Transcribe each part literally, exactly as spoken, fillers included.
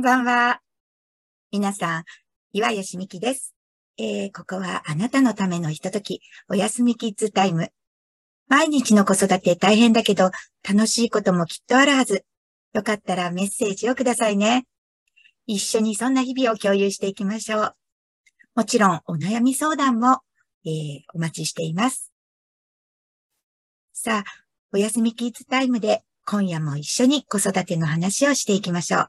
んばんは。皆さん、岩谷しみきです。えー、ここはあなたのためのひととき、おやすみキッズタイム。毎日の子育て大変だけど、楽しいこともきっとあるはず。よかったらメッセージをくださいね。一緒にそんな日々を共有していきましょう。もちろん、お悩み相談も、えー、お待ちしています。さあ、おやすみキッズタイムで、今夜も一緒に子育ての話をしていきましょう。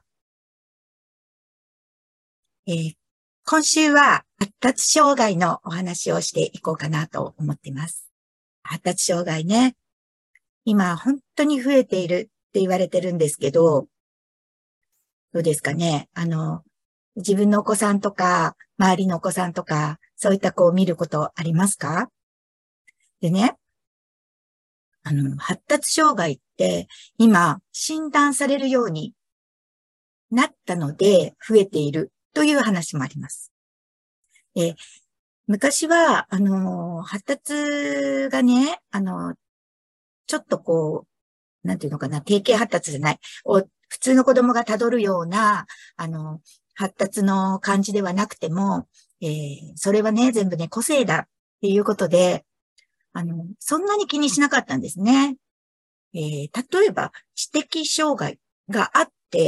えー、今週は発達障害のお話をしていこうかなと思っています。発達障害ね。今本当に増えているって言われてるんですけど、どうですかね。あの、自分のお子さんとか、周りのお子さんとか、そういった子を見ることありますか？でね、あの、発達障害って今診断されるようになったので増えているという話もあります。え昔は、あの、発達がね、あの、ちょっとこう、なんていうのかな、定型発達じゃない、お普通の子供が辿るような、あの、発達の感じではなくても、えー、それはね、全部ね、個性だっていうことで、あの、そんなに気にしなかったんですね。えー、例えば、知的障害があって、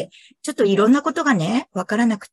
ちょっといろんなことがね、わからなくって、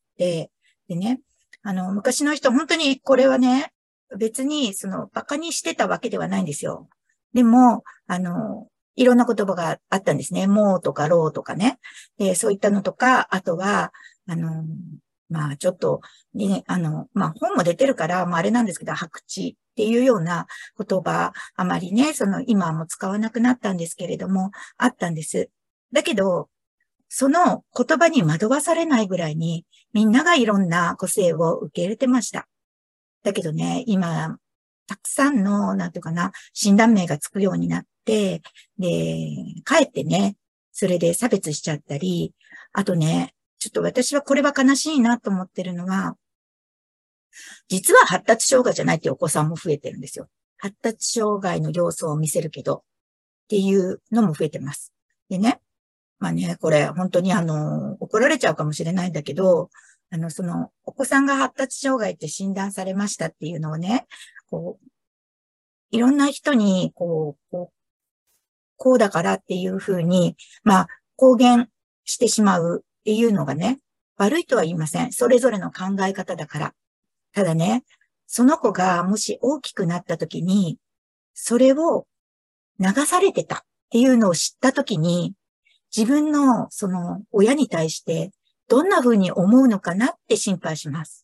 でね、あの、昔の人、本当にこれはね、別に、その、馬鹿にしてたわけではないんですよ。でも、あの、いろんな言葉があったんですね。もうとかろうとかね。で、そういったのとか、あとは、あの、まあ、ちょっと、ね、あの、まあ、本も出てるから、まあ、あれなんですけど、白痴っていうような言葉、あまりね、その、今はもう使わなくなったんですけれども、あったんです。だけど、その言葉に惑わされないぐらいに、みんながいろんな個性を受け入れてました。だけどね、今、たくさんの、なんていうかな、診断名がつくようになって、で、かえってね、それで差別しちゃったり、あとね、ちょっと私はこれは悲しいなと思ってるのは、実は発達障害じゃないっていうお子さんも増えてるんですよ。発達障害の要素を見せるけど、っていうのも増えてます。でね、まあね、これ本当にあの、怒られちゃうかもしれないんだけど、あの、その、お子さんが発達障害って診断されましたっていうのをね、こう、いろんな人に、こう、こう、こうだからっていうふうに、まあ、公言してしまうっていうのがね、悪いとは言いません。それぞれの考え方だから。ただね、その子がもし大きくなった時に、それを流されてたっていうのを知った時に、自分のその親に対してどんな風に思うのかなって心配します。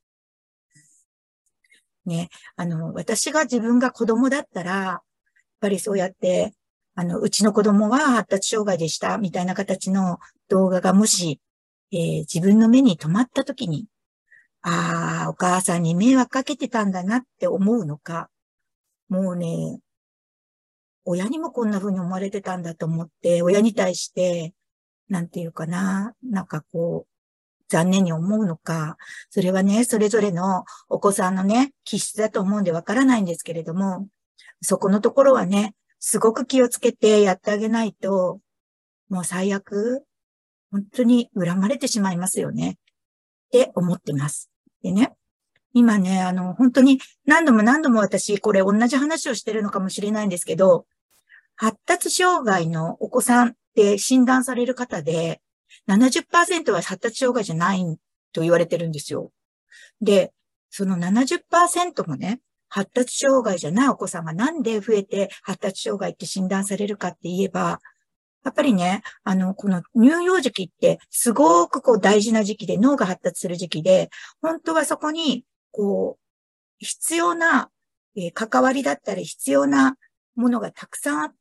ね、あの、私が自分が子供だったら、やっぱりそうやって、あの、うちの子供は発達障害でしたみたいな形の動画がもし、えー自分の目に留まった時に、ああ、お母さんに迷惑かけてたんだなって思うのか、もうね、親にもこんな風に思われてたんだと思って、親に対して、なんていうかな、なんかこう、残念に思うのか、それはね、それぞれのお子さんのね、気質だと思うんでわからないんですけれども、そこのところはね、すごく気をつけてやってあげないと、もう最悪、本当に恨まれてしまいますよね、って思ってます。でね、今ね、あの、本当に何度も何度も私、これ同じ話をしてるのかもしれないんですけど、発達障害のお子さんって診断される方で、ななじゅっパーセントは発達障害じゃないと言われてるんですよ。で、そのななじゅっパーセントもね、発達障害じゃないお子さんがなんで増えて発達障害って診断されるかって言えば、やっぱりね、あの、この乳幼児期ってすごくこう大事な時期で脳が発達する時期で、本当はそこに、こう、必要な、えー関わりだったり必要なものがたくさんあって、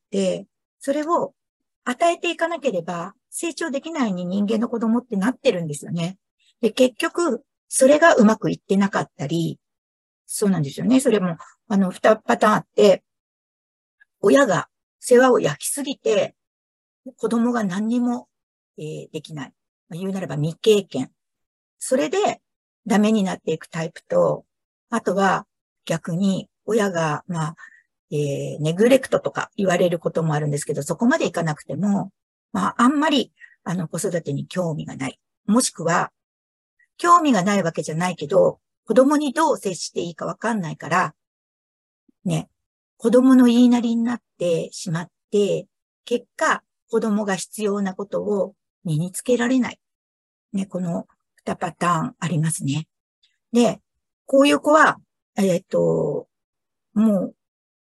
それを与えていかなければ成長できないに人間の子供ってなってるんですよね。で、結局、それがうまくいってなかったり、そうなんですよね。それも、あの、二パターンあって、親が世話を焼きすぎて、子供が何にも、えーできない。まあ、言うならば未経験。それでダメになっていくタイプと、あとは逆に親が、まあ、えーネグレクトとか言われることもあるんですけど、そこまでいかなくても、まあ、あんまり、あの、子育てに興味がない。もしくは、 興味がないわけじゃないけど、子供にどう接していいかわかんないから、ね、子供の言いなりになってしまって、結果、子供が必要なことを身につけられない。ね、このにパターンありますね。で、こういう子は、えっと、もう、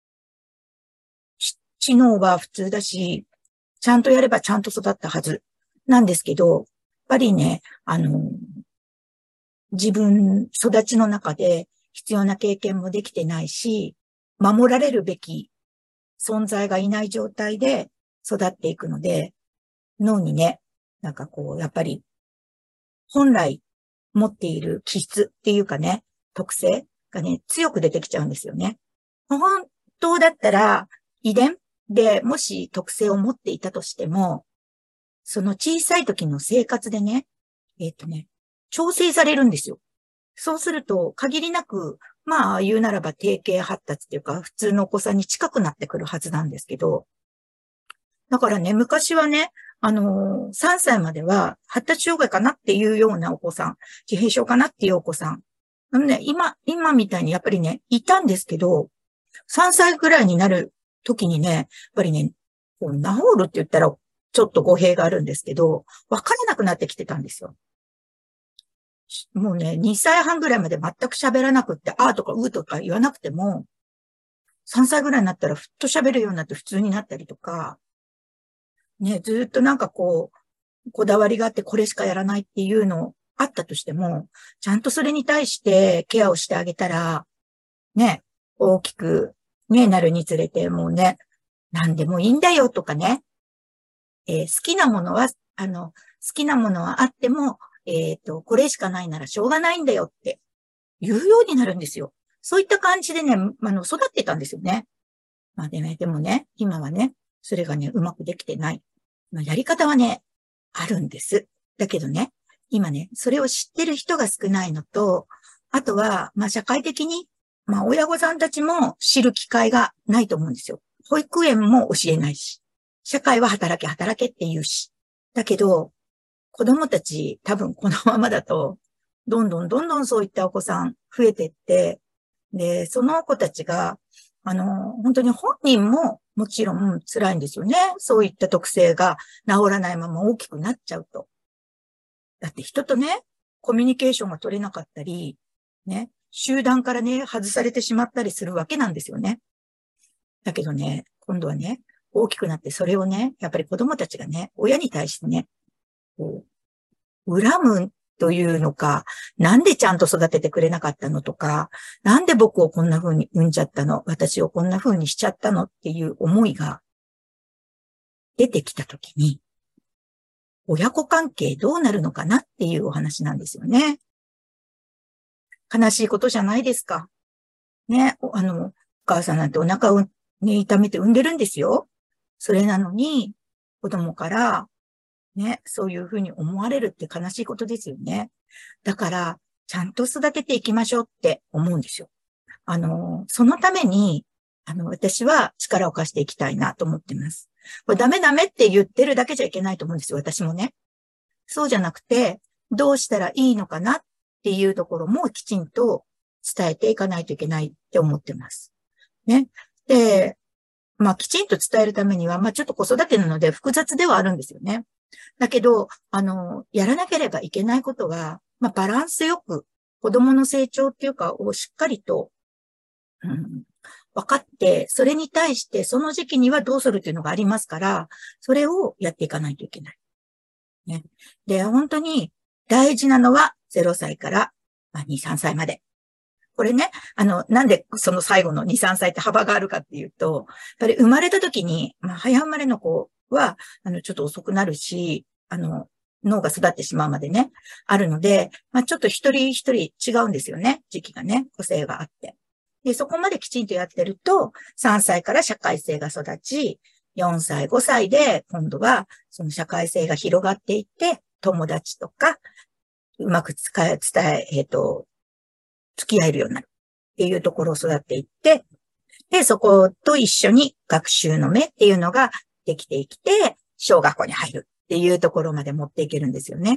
知能は普通だし、ちゃんとやればちゃんと育ったはずなんですけど、やっぱりね、あの、自分育ちの中で必要な経験もできてないし、守られるべき存在がいない状態で育っていくので、脳にね、なんかこう、やっぱり本来持っている気質っていうかね、特性がね、強く出てきちゃうんですよね。本当だったら遺伝でもし特性を持っていたとしても、その小さい時の生活でね、えっとね、調整されるんですよ。そうすると、限りなく、まあ言うならば定型発達っていうか、普通のお子さんに近くなってくるはずなんですけど、だからね、昔はね、あのー、さんさいまでは発達障害かなっていうようなお子さん、自閉症かなっていうお子さん。あのね、今、今みたいにやっぱりね、いたんですけど、さんさいぐらいになる時にね、やっぱりね、こう治るって言ったらちょっと語弊があるんですけど、わからなくなってきてたんですよ。もうね、にさいはんぐらいまで全く喋らなくって、あーとかうーとか言わなくても、さんさいぐらいになったらふっと喋るようになって普通になったりとか、ね、ずーっとなんかこう、こだわりがあってこれしかやらないっていうのあったとしても、ちゃんとそれに対してケアをしてあげたら、ね、大きく、ね、なるにつれて、もうね、何でもいいんだよとかね、えー好きなものは、あの、好きなものはあっても、えっと、これしかないならしょうがないんだよって言うようになるんですよ。そういった感じでね、あの、育ってたんですよね。まあでね、でもね、今はね、それがね、うまくできてない。まあ、やり方はね、あるんです。だけどね、今ね、それを知ってる人が少ないのと、あとは、まあ社会的に、まあ親御さんたちも知る機会がないと思うんですよ。保育園も教えないし、社会は働け働けって言うし。だけど、子供たち多分このままだと、どんどんどんどんそういったお子さん増えていって、で、その子たちが、あの、本当に本人ももちろん辛いんですよね。そういった特性が治らないまま大きくなっちゃうと。だって人とね、コミュニケーションが取れなかったり、ね、集団からね、外されてしまったりするわけなんですよね。だけどね、今度はね、大きくなってそれをね、やっぱり子供たちがね、親に対してね、こう、恨むというのか、なんでちゃんと育ててくれなかったのとか、なんで僕をこんな風に産んじゃったの、私をこんな風にしちゃったのっていう思いが出てきたときに、親子関係どうなるのかなっていうお話なんですよね。悲しいことじゃないですか。ね、あの、お母さんなんてお腹をね、痛めて産んでるんですよ。それなのに、子供から、ね、そういうふうに思われるって悲しいことですよね。だから、ちゃんと育てていきましょうって思うんですよ。あの、そのために、あの、私は力を貸していきたいなと思ってます。これダメダメって言ってるだけじゃいけないと思うんですよ、私もね。そうじゃなくて、どうしたらいいのかなっていうところもきちんと伝えていかないといけないって思ってます。ね。で、まあ、きちんと伝えるためには、まあ、ちょっと子育てなので複雑ではあるんですよね。だけど、あの、やらなければいけないことは、まあ、バランスよく、子供の成長っていうか、をしっかりと、うん、分かって、それに対して、その時期にはどうするっていうのがありますから、それをやっていかないといけない。ね。で、本当に大事なのはゼロさいから、まあ、に、さんさいまで。これね、あの、なんでその最後のに、さんさいって幅があるかっていうと、やっぱり生まれた時に、まあ、早生まれの子は、あの、ちょっと遅くなるし、あの、脳が育ってしまうまでね、あるので、まあ、ちょっと一人一人違うんですよね。時期がね、個性があって。で、そこまできちんとやってると、さんさいから社会性が育ち、よんさい、ごさいで、今度は、その社会性が広がっていって、友達とか、うまく使え、伝え、えっと、付き合えるようになるっていうところを育っていって、で、そこと一緒に学習の目っていうのができていきて、小学校に入るっていうところまで持っていけるんですよね。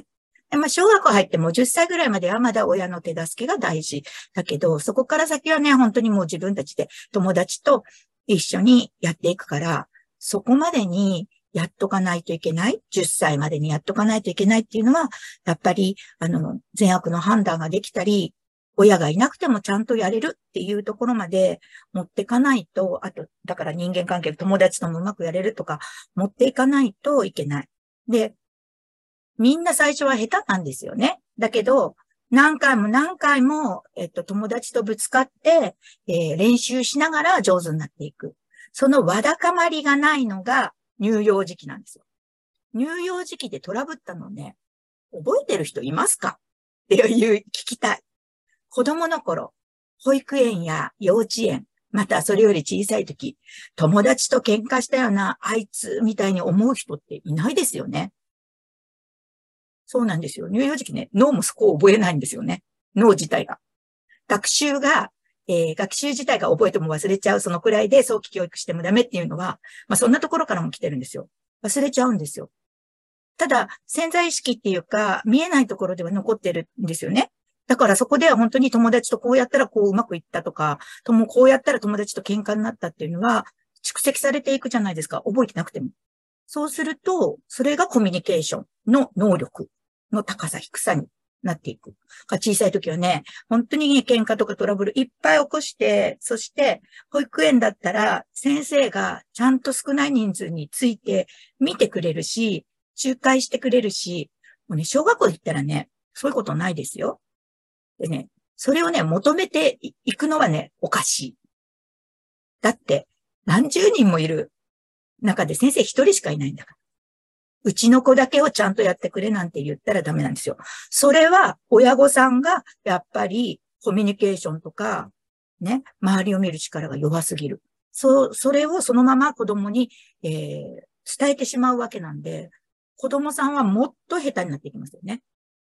でまあ、小学校入ってもじゅっさいぐらいまではまだ親の手助けが大事だけど、そこから先はね、本当にもう自分たちで友達と一緒にやっていくから、そこまでにやっとかないといけない。じゅっさいまでにやっとかないといけないっていうのは、やっぱり、あの、善悪の判断ができたり、親がいなくてもちゃんとやれるっていうところまで持ってかないと、あと、だから人間関係、友達ともうまくやれるとか、持っていかないといけない。で、みんな最初は下手なんですよね。だけど、何回も何回も、えっと、友達とぶつかって、えー練習しながら上手になっていく。そのわだかまりがないのが乳幼児期なんですよ。乳幼児期でトラブったのね、覚えてる人いますかっていう聞きたい。子供の頃、保育園や幼稚園、またそれより小さい時、友達と喧嘩したようなあいつみたいに思う人っていないですよね。そうなんですよ。乳幼児期ね、脳もそこを覚えないんですよね。脳自体が。学習が、えー、学習自体が覚えても忘れちゃう、そのくらいで早期教育してもダメっていうのは、まあそんなところからも来てるんですよ。忘れちゃうんですよ。ただ、潜在意識っていうか、見えないところでは残ってるんですよね。だからそこでは本当に友達とこうやったらこううまくいったとか、ともこうやったら友達と喧嘩になったっていうのは、蓄積されていくじゃないですか。覚えてなくても。そうすると、それがコミュニケーションの能力の高さ、低さになっていく。小さい時はね、本当に喧嘩とかトラブルいっぱい起こして、そして保育園だったら先生がちゃんと少ない人数について見てくれるし、仲介してくれるし、もうね、小学校行ったらね、そういうことないですよ。でね、それをね、求めていくのはね、おかしい。だって、何十人もいる中で先生一人しかいないんだから。うちの子だけをちゃんとやってくれなんて言ったらダメなんですよ。それは親御さんがやっぱりコミュニケーションとか、ね、周りを見る力が弱すぎる。そう、それをそのまま子供に、えー、伝えてしまうわけなんで、子供さんはもっと下手になっていきますよね。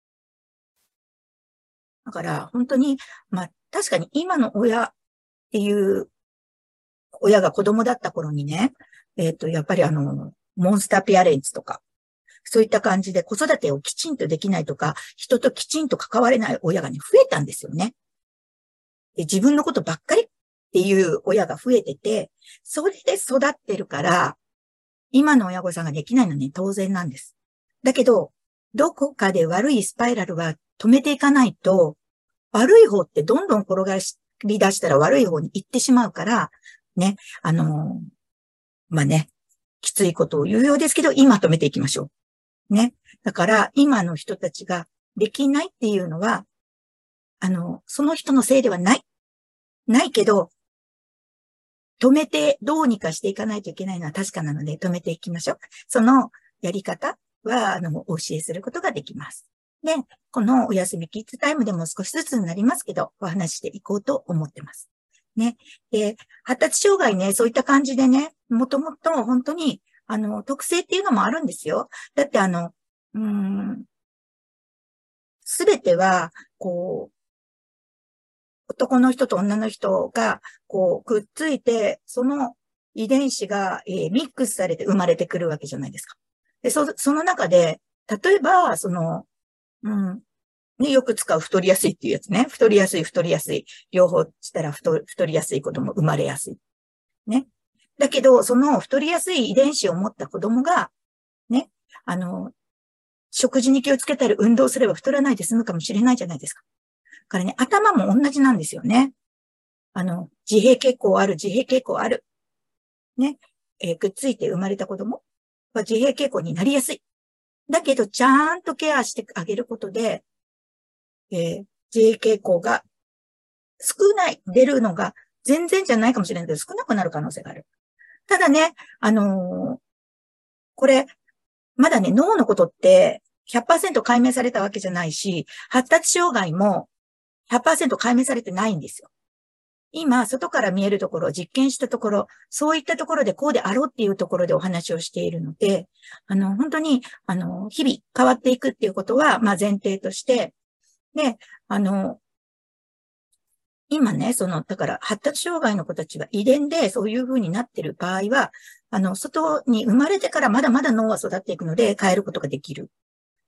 だから本当に、まあ確かに今の親っていう親が子供だった頃にね、えっと、やっぱりあの、モンスターペアレンツとか、そういった感じで子育てをきちんとできないとか、人ときちんと関われない親がね、増えたんですよね。で、自分のことばっかりっていう親が増えてて、それで育ってるから、今の親御さんができないのね、当然なんです。だけど、どこかで悪いスパイラルは止めていかないと、悪い方ってどんどん転がり出したら悪い方に行ってしまうから、ね、あのー、まあね、きついことを言うようですけど、今止めていきましょう。ね。だから、今の人たちができないっていうのは、あの、その人のせいではない。ないけど、止めてどうにかしていかないといけないのは確かなので、止めていきましょう。そのやり方は、あの、お教えすることができます。で、このお休みキッズタイムでも少しずつになりますけど、お話していこうと思ってます。ね。で、発達障害ね、そういった感じでね、もともと本当に、あの、特性っていうのもあるんですよ。だってあの、うーん、すべては、こう、男の人と女の人が、こう、くっついて、その遺伝子が、えーミックスされて生まれてくるわけじゃないですか。で、そ、その中で、例えば、その、うん、ね、よく使う太りやすいっていうやつね。太りやすい、太りやすい。両方したら太、太りやすい子供生まれやすい。ね。だけど、その太りやすい遺伝子を持った子供が、ね、あの、食事に気をつけたり運動すれば太らないで済むかもしれないじゃないですか。だからね、頭も同じなんですよね。あの、自閉傾向ある、自閉傾向ある。ね。えーくっついて生まれた子供は自閉傾向になりやすい。だけど、ちゃんとケアしてあげることで、えー自閉傾向が少ない、出るのが全然じゃないかもしれないけど、少なくなる可能性がある。ただね、あのーこれ、まだね、脳のことってひゃくパーセント解明されたわけじゃないし、発達障害もひゃくパーセント解明されてないんですよ。今、外から見えるところを実験したところ、そういったところでこうであろうっていうところでお話をしているので、あの、本当に、あの、日々変わっていくっていうことは、まあ前提として、で、あの、今ね、その、だから発達障害の子たちは遺伝でそういう風になっている場合は、あの、外に生まれてからまだまだ脳は育っていくので変えることができる。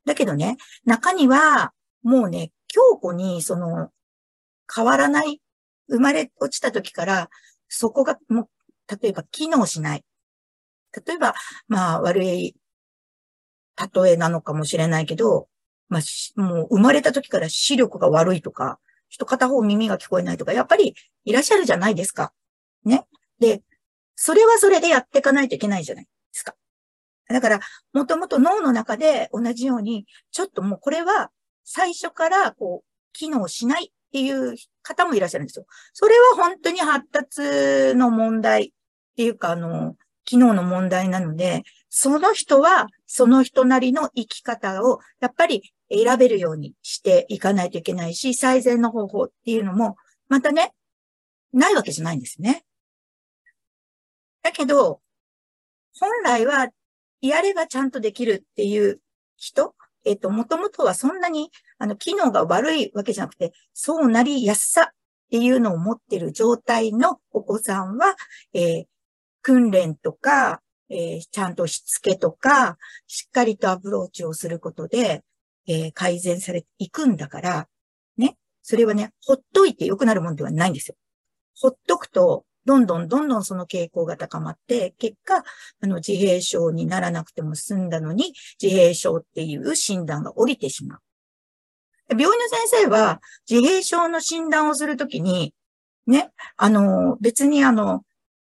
だけどね、中には、もうね、強固に、その、変わらない、生まれ落ちた時から、そこが、もう、例えば機能しない。例えば、まあ、悪い例えなのかもしれないけど、まあ、もう生まれた時から視力が悪いとか、人片方耳が聞こえないとか、やっぱりいらっしゃるじゃないですか。ね。で、それはそれでやっていかないといけないじゃないですか。だから、もともと脳の中で同じように、ちょっともうこれは最初からこう、機能しないっていう方もいらっしゃるんですよ。それは本当に発達の問題っていうか、あの、機能の問題なので、その人はその人なりの生き方をやっぱり選べるようにしていかないといけないし、最善の方法っていうのも、またね、ないわけじゃないんですね。だけど、本来はやればちゃんとできるっていう人、えっと、もともとはそんなに、あの、機能が悪いわけじゃなくて、そうなりやすさっていうのを持っている状態のお子さんは、えー、訓練とか、えー、ちゃんとしつけとか、しっかりとアプローチをすることで、えー、改善されていくんだから、ね、それはね、ほっといて良くなるもんではないんですよ。ほっとくと、どんどんどんどんその傾向が高まって、結果、あの、自閉症にならなくても済んだのに、自閉症っていう診断が降りてしまう。病院の先生は、自閉症の診断をするときに、ね、あの、別にあの、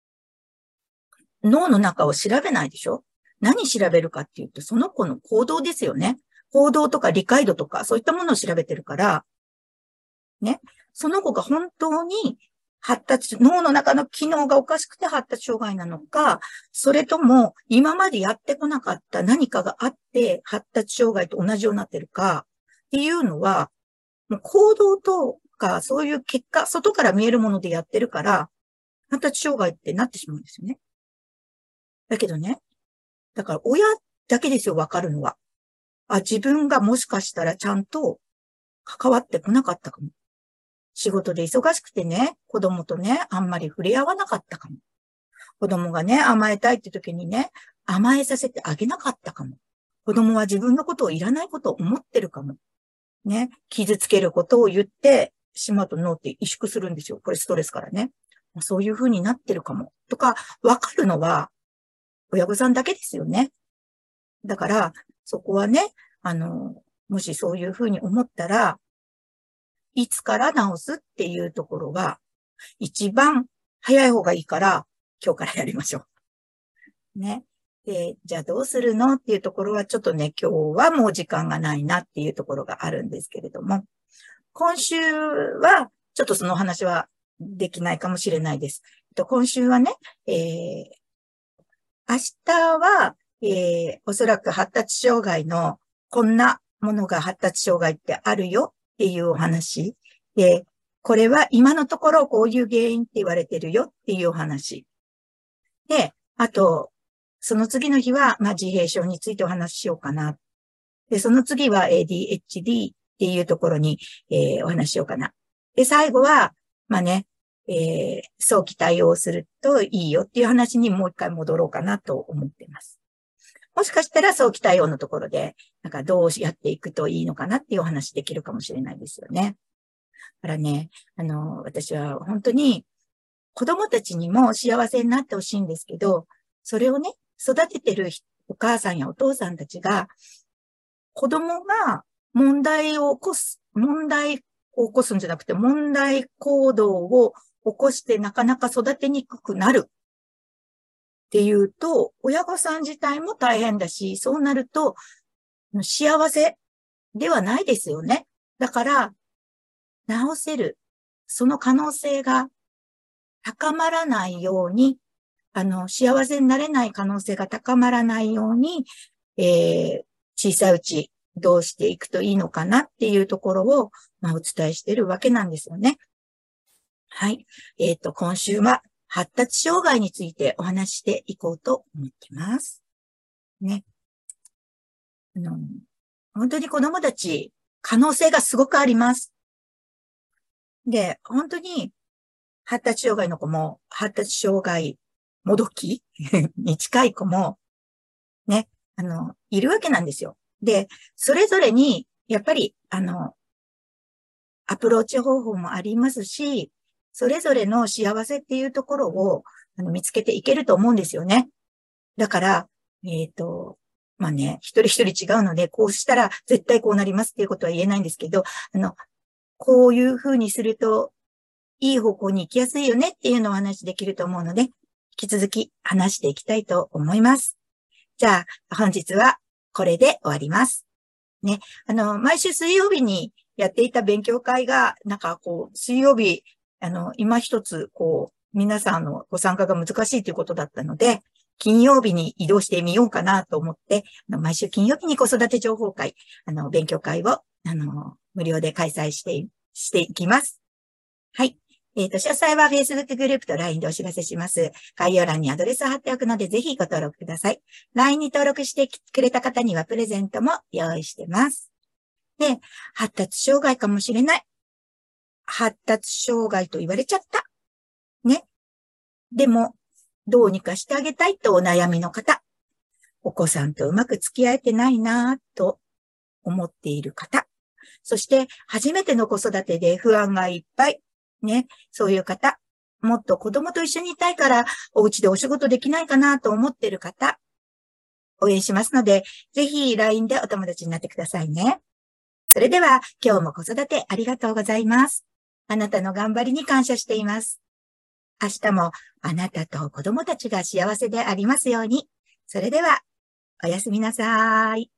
脳の中を調べないでしょ？何調べるかっていうと、その子の行動ですよね。行動とか理解度とか、そういったものを調べてるから、ね、その子が本当に発達、脳の中の機能がおかしくて発達障害なのか、それとも今までやってこなかった何かがあって発達障害と同じようになってるかっていうのは、もう行動とかそういう結果、外から見えるものでやってるから、発達障害ってなってしまうんですよね。だけどね、だから親だけですよ、わかるのは。あ、自分がもしかしたらちゃんと関わってこなかったかも。仕事で忙しくてね、子供とね、あんまり触れ合わなかったかも。子供がね、甘えたいって時にね、甘えさせてあげなかったかも。子供は自分のことをいらないことを思ってるかも。ね、傷つけることを言ってしまうと脳って萎縮するんですよ。これストレスからね。そういう風になってるかも。とか、わかるのは親御さんだけですよね。だから、そこはね、あの、もしそういう風に思ったら、いつから治すっていうところが、一番早い方がいいから、今日からやりましょう。ね。で、じゃあどうするのっていうところは、ちょっとね、今日はもう時間がないなっていうところがあるんですけれども、今週は、ちょっとその話はできないかもしれないです。今週はね、えー、明日は、えー、おそらく発達障害のこんなものが発達障害ってあるよっていうお話で、これは今のところこういう原因って言われてるよっていうお話で、あと、その次の日は、まあ、自閉症についてお話ししようかな。で、その次は エーディーエイチディー っていうところに、えー、お話ししようかな。で、最後は、まあね、えー、早期対応するといいよっていう話にもう一回戻ろうかなと思っています。もしかしたら早期対応のところで、なんかどうやっていくといいのかなっていうお話できるかもしれないですよね。だからね、あの、私は本当に子供たちにも幸せになってほしいんですけど、それをね、育ててるお母さんやお父さんたちが、子供が問題を起こす、問題を起こすんじゃなくて、問題行動を起こしてなかなか育てにくくなるっていうと、親御さん自体も大変だし、そうなると幸せではないですよね。だから、治せる、その可能性が高まらないように、あの、幸せになれない可能性が高まらないように、えー、小さいうちどうしていくといいのかなっていうところを、まあ、お伝えしているわけなんですよね。はい。えっと、今週は発達障害についてお話していこうと思っています。ね。あの、本当に子供たち、可能性がすごくあります。で、本当に発達障害の子も、発達障害もどきに近い子も、ね、あの、いるわけなんですよ。 で、それぞれに、やっぱり、あの、アプローチ方法もありますし、それぞれの幸せっていうところをあの見つけていけると思うんですよね。だから、えっと、まあね、一人一人違うので、こうしたら絶対こうなりますっていうことは言えないんですけど、あの、こういうふうにするといい方向に行きやすいよねっていうのをお話しできると思うので、引き続き話していきたいと思います。じゃあ、本日はこれで終わります。ね、あの、毎週水曜日にやっていた勉強会が、なんかこう、水曜日、あの、今一つ、こう、皆さんのご参加が難しいということだったので、金曜日に移動してみようかなと思って、毎週金曜日に子育て情報会、あの、勉強会を、あの、無料で開催して、していきます。はい。えっと、詳細は Facebook グループと ライン でお知らせします。概要欄にアドレスを貼っておくので、ぜひご登録ください。ライン に登録してくれた方にはプレゼントも用意してます。で、発達障害かもしれない。発達障害と言われちゃった。ね。でも、どうにかしてあげたいとお悩みの方。お子さんとうまく付き合えてないなぁと思っている方。そして、初めての子育てで不安がいっぱい。ね。そういう方。もっと子供と一緒にいたいから、お家でお仕事できないかなと思っている方。応援しますので、ぜひ ライン でお友達になってくださいね。それでは、今日も子育てありがとうございます。あなたの頑張りに感謝しています。明日もあなたと子供たちが幸せでありますように。それでは、おやすみなさい。